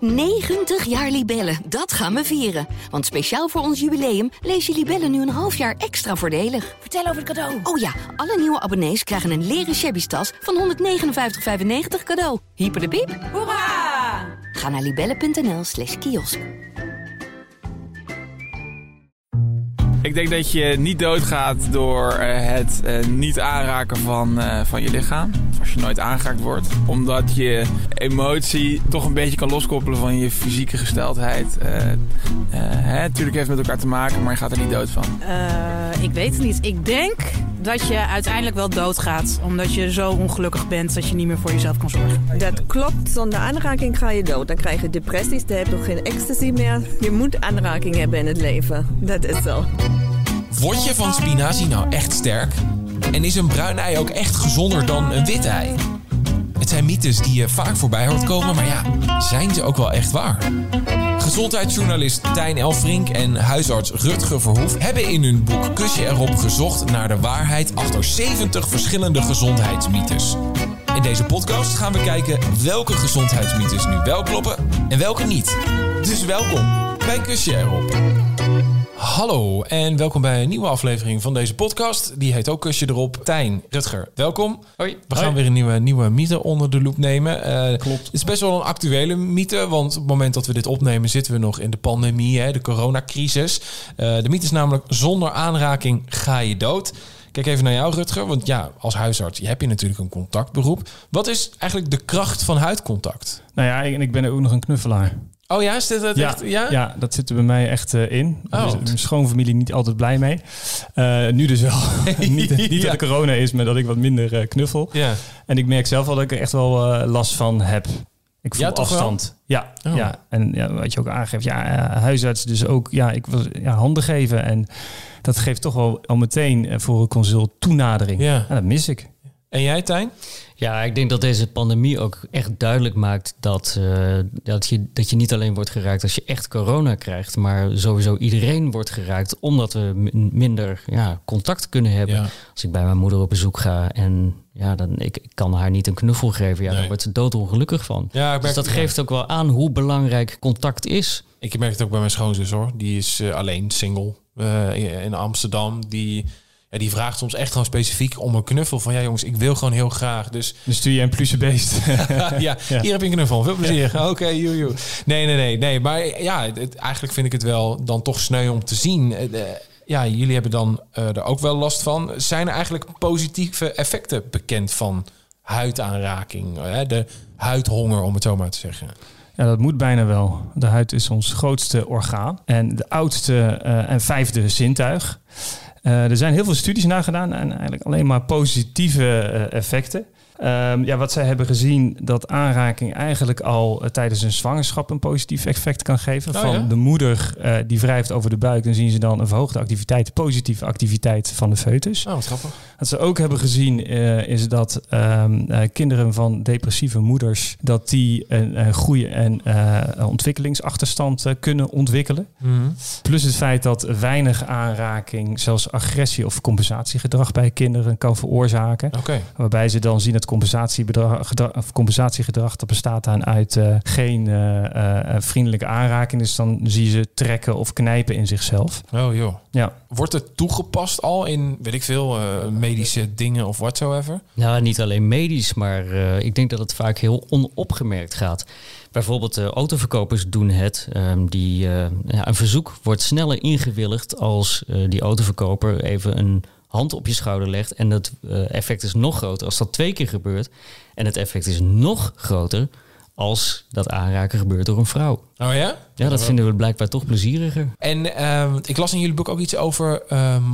90 jaar Libellen, dat gaan we vieren. Want speciaal voor ons jubileum lees je Libellen nu een half jaar extra voordelig. Vertel over het cadeau. Oh ja, alle nieuwe abonnees krijgen een leren shabby tas van 159,95 cadeau. Hyper de piep. Hoera! Ga naar libellen.nl/kiosk. Ik denk dat je niet doodgaat door het niet aanraken van je lichaam. Als je nooit aangeraakt wordt. Omdat je emotie toch een beetje kan loskoppelen van je fysieke gesteldheid. Natuurlijk heeft het met elkaar te maken, maar je gaat er niet dood van. Ik weet het niet. Ik denk dat je uiteindelijk wel doodgaat. Omdat je zo ongelukkig bent dat je niet meer voor jezelf kan zorgen. Dat klopt. Zonder aanraking ga je dood. Dan krijg je depressies, dan heb je geen ecstasy meer. Je moet aanraking hebben in het leven. Dat is zo. Word je van spinazie nou echt sterk? En is een bruin ei ook echt gezonder dan een wit ei? Het zijn mythes die je vaak voorbij hoort komen, maar ja, zijn ze ook wel echt waar? Gezondheidsjournalist Tijn Elfrink en huisarts Rutger Verhoef hebben in hun boek Kusje Erop gezocht naar de waarheid achter 70 verschillende gezondheidsmythes. In deze podcast gaan we kijken welke gezondheidsmythes nu wel kloppen en welke niet. Dus welkom bij Kusje Erop. Hallo en welkom bij een nieuwe aflevering van deze podcast. Die heet ook Kusje Erop. Tijn, Rutger, welkom. Hoi. We gaan weer een nieuwe mythe onder de loep nemen. Klopt. Het is best wel een actuele mythe, want op het moment dat we dit opnemen zitten we nog in de pandemie, de coronacrisis. De mythe is namelijk zonder aanraking ga je dood. Kijk even naar jou, Rutger, want ja, als huisarts heb je natuurlijk een contactberoep. Wat is eigenlijk de kracht van huidcontact? Nou ja, ik ben ook nog een knuffelaar. Oh ja, is dit het echt? Ja? Ja, dat zit er bij mij echt in. Oh. Dus mijn schoonfamilie niet altijd blij mee. Nu dus wel. niet dat het corona is, maar dat ik wat minder knuffel. Ja. En ik merk zelf wel dat ik er echt wel last van heb. Ik voel toch afstand. wel? Ja, ja. En ja, wat je ook aangeeft, huisarts dus ook. Ja, ik wil handen geven. En dat geeft toch wel al meteen voor een consult toenadering. Ja. En dat mis ik. En jij, Tijn? Ja, ik denk dat deze pandemie ook echt duidelijk maakt dat je niet alleen wordt geraakt als je echt corona krijgt, maar sowieso iedereen wordt geraakt omdat we minder contact kunnen hebben. Ja. Als ik bij mijn moeder op bezoek ga en ik kan haar niet een knuffel geven, dan wordt ze doodongelukkig van. Ja, dus dat geeft ook wel aan hoe belangrijk contact is. Ik merk het ook bij mijn schoonzus hoor. Die is alleen single in Amsterdam. Die vraagt soms echt gewoon specifiek om een knuffel. Van ja jongens, ik wil gewoon heel graag. Dus stuur je een pluche beest. ja, hier heb je een knuffel. Veel plezier. Ja. Oké, joe. Nee. Maar ja, eigenlijk vind ik het wel dan toch sneu om te zien. Jullie hebben dan er ook wel last van. Zijn er eigenlijk positieve effecten bekend van huidaanraking? De huidhonger, om het zo maar te zeggen. Ja, dat moet bijna wel. De huid is ons grootste orgaan. En de oudste en vijfde zintuig. Er zijn heel veel studies naar gedaan en eigenlijk alleen maar positieve effecten. Wat zij hebben gezien, dat aanraking eigenlijk al tijdens een zwangerschap een positief effect kan geven. De moeder die wrijft over de buik, dan zien ze dan een verhoogde activiteit, positieve activiteit van de foetus. Oh, wat grappig. Wat ze ook hebben gezien is dat kinderen van depressieve moeders, dat die een groei- en ontwikkelingsachterstand kunnen ontwikkelen. Mm-hmm. Plus het feit dat weinig aanraking zelfs agressie of compensatiegedrag bij kinderen kan veroorzaken. Okay. Waarbij ze dan zien dat compensatiegedrag dat bestaat dan uit geen vriendelijke aanraking. Dus dan zie je ze trekken of knijpen in zichzelf. Oh joh. Ja. Wordt het toegepast al in, weet ik veel, medische dingen of whatsoever? Nou, niet alleen medisch, maar ik denk dat het vaak heel onopgemerkt gaat. Bijvoorbeeld autoverkopers doen het. Een verzoek wordt sneller ingewilligd als die autoverkoper even een hand op je schouder legt. En dat effect is nog groter als dat 2 keer gebeurt. En het effect is nog groter als dat aanraken gebeurt door een vrouw. Oh ja? Ja, dat vinden we blijkbaar toch plezieriger. En ik las in jullie boek ook iets over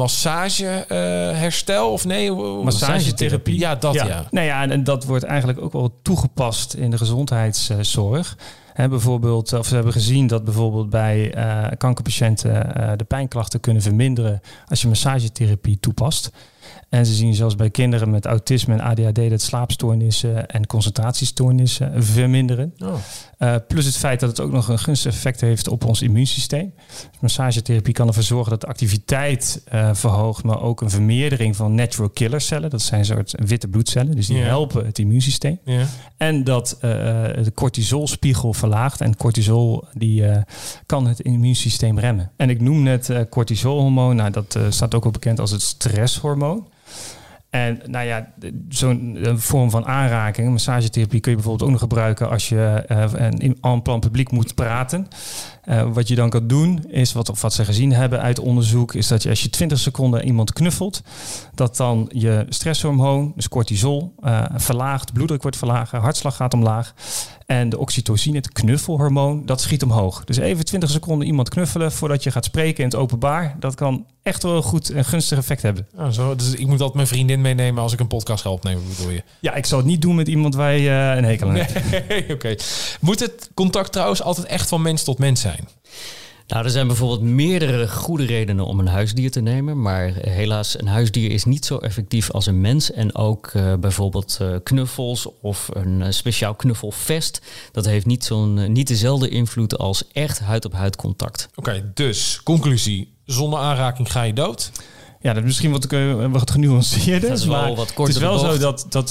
massageherstel of nee? Massagetherapie. Ja, dat ja. Nou ja, en dat wordt eigenlijk ook wel toegepast in de gezondheidszorg. Bijvoorbeeld, of ze hebben gezien dat bijvoorbeeld bij kankerpatiënten de pijnklachten kunnen verminderen als je massagetherapie toepast. En ze zien zelfs bij kinderen met autisme en ADHD dat slaapstoornissen en concentratiestoornissen verminderen. Plus het feit dat het ook nog een gunstig effect heeft op ons immuunsysteem. Massagetherapie kan ervoor zorgen dat de activiteit verhoogt, maar ook een vermeerdering van natural killer cellen. Dat zijn soort witte bloedcellen, dus die helpen het immuunsysteem. Ja. En dat de cortisolspiegel verlaagt. En cortisol die kan het immuunsysteem remmen. En ik noem net cortisolhormoon. Nou, dat staat ook wel bekend als het stresshormoon. En nou ja, zo'n vorm van aanraking, massagetherapie kun je bijvoorbeeld ook nog gebruiken als je in en plan publiek moet praten. Wat je dan kan doen is, wat ze gezien hebben uit onderzoek, is dat je als je 20 seconden iemand knuffelt, dat dan je stresshormoon, dus cortisol, verlaagt, bloeddruk wordt verlagen, hartslag gaat omlaag. En de oxytocine, het knuffelhormoon, dat schiet omhoog. Dus even 20 seconden iemand knuffelen voordat je gaat spreken in het openbaar. Dat kan echt wel goed en gunstig effect hebben. Dus ik moet altijd mijn vriendin meenemen als ik een podcast ga opnemen, bedoel je? Ja, ik zou het niet doen met iemand waar je een hekel aan hebt. Nee, oké. Moet het contact trouwens altijd echt van mens tot mens zijn? Nou, er zijn bijvoorbeeld meerdere goede redenen om een huisdier te nemen. Maar helaas, een huisdier is niet zo effectief als een mens. En ook bijvoorbeeld knuffels of een speciaal knuffelvest. Dat heeft niet dezelfde invloed als echt huid-op-huid contact. Oké, dus conclusie. Zonder aanraking ga je dood. Ja, dat is misschien wat genuanceerder. Dat is wel wat korter. Het is wel zo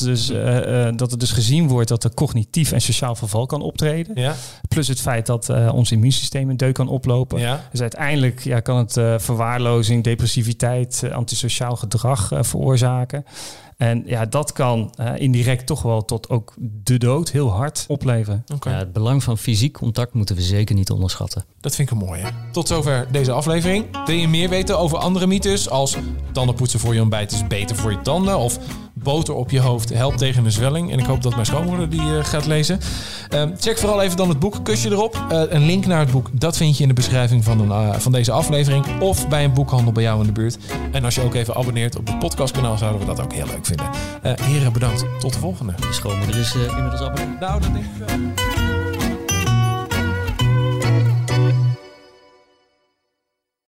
dat het dus gezien wordt dat er cognitief en sociaal verval kan optreden. Ja. Plus het feit dat ons immuunsysteem een deuk kan oplopen. Ja. Dus uiteindelijk kan het verwaarlozing, depressiviteit, antisociaal gedrag veroorzaken. En ja, dat kan indirect toch wel tot ook de dood heel hard opleveren. Okay. Ja, het belang van fysiek contact moeten we zeker niet onderschatten. Dat vind ik een mooie. Tot zover deze aflevering. Wil je meer weten over andere mythes als tandenpoetsen voor je ontbijt is beter voor je tanden of boter op je hoofd helpt tegen een zwelling? En ik hoop dat mijn schoonmoeder die gaat lezen. Check vooral even dan het boek Kusje erop. Een link naar het boek, dat vind je in de beschrijving van deze aflevering of bij een boekhandel bij jou in de buurt. En als je ook even abonneert op het podcastkanaal, zouden we dat ook heel leuk vinden. Heren, bedankt. Tot de volgende. Je schoonmoeder is inmiddels abonnee. Nou, dat denk ik wel.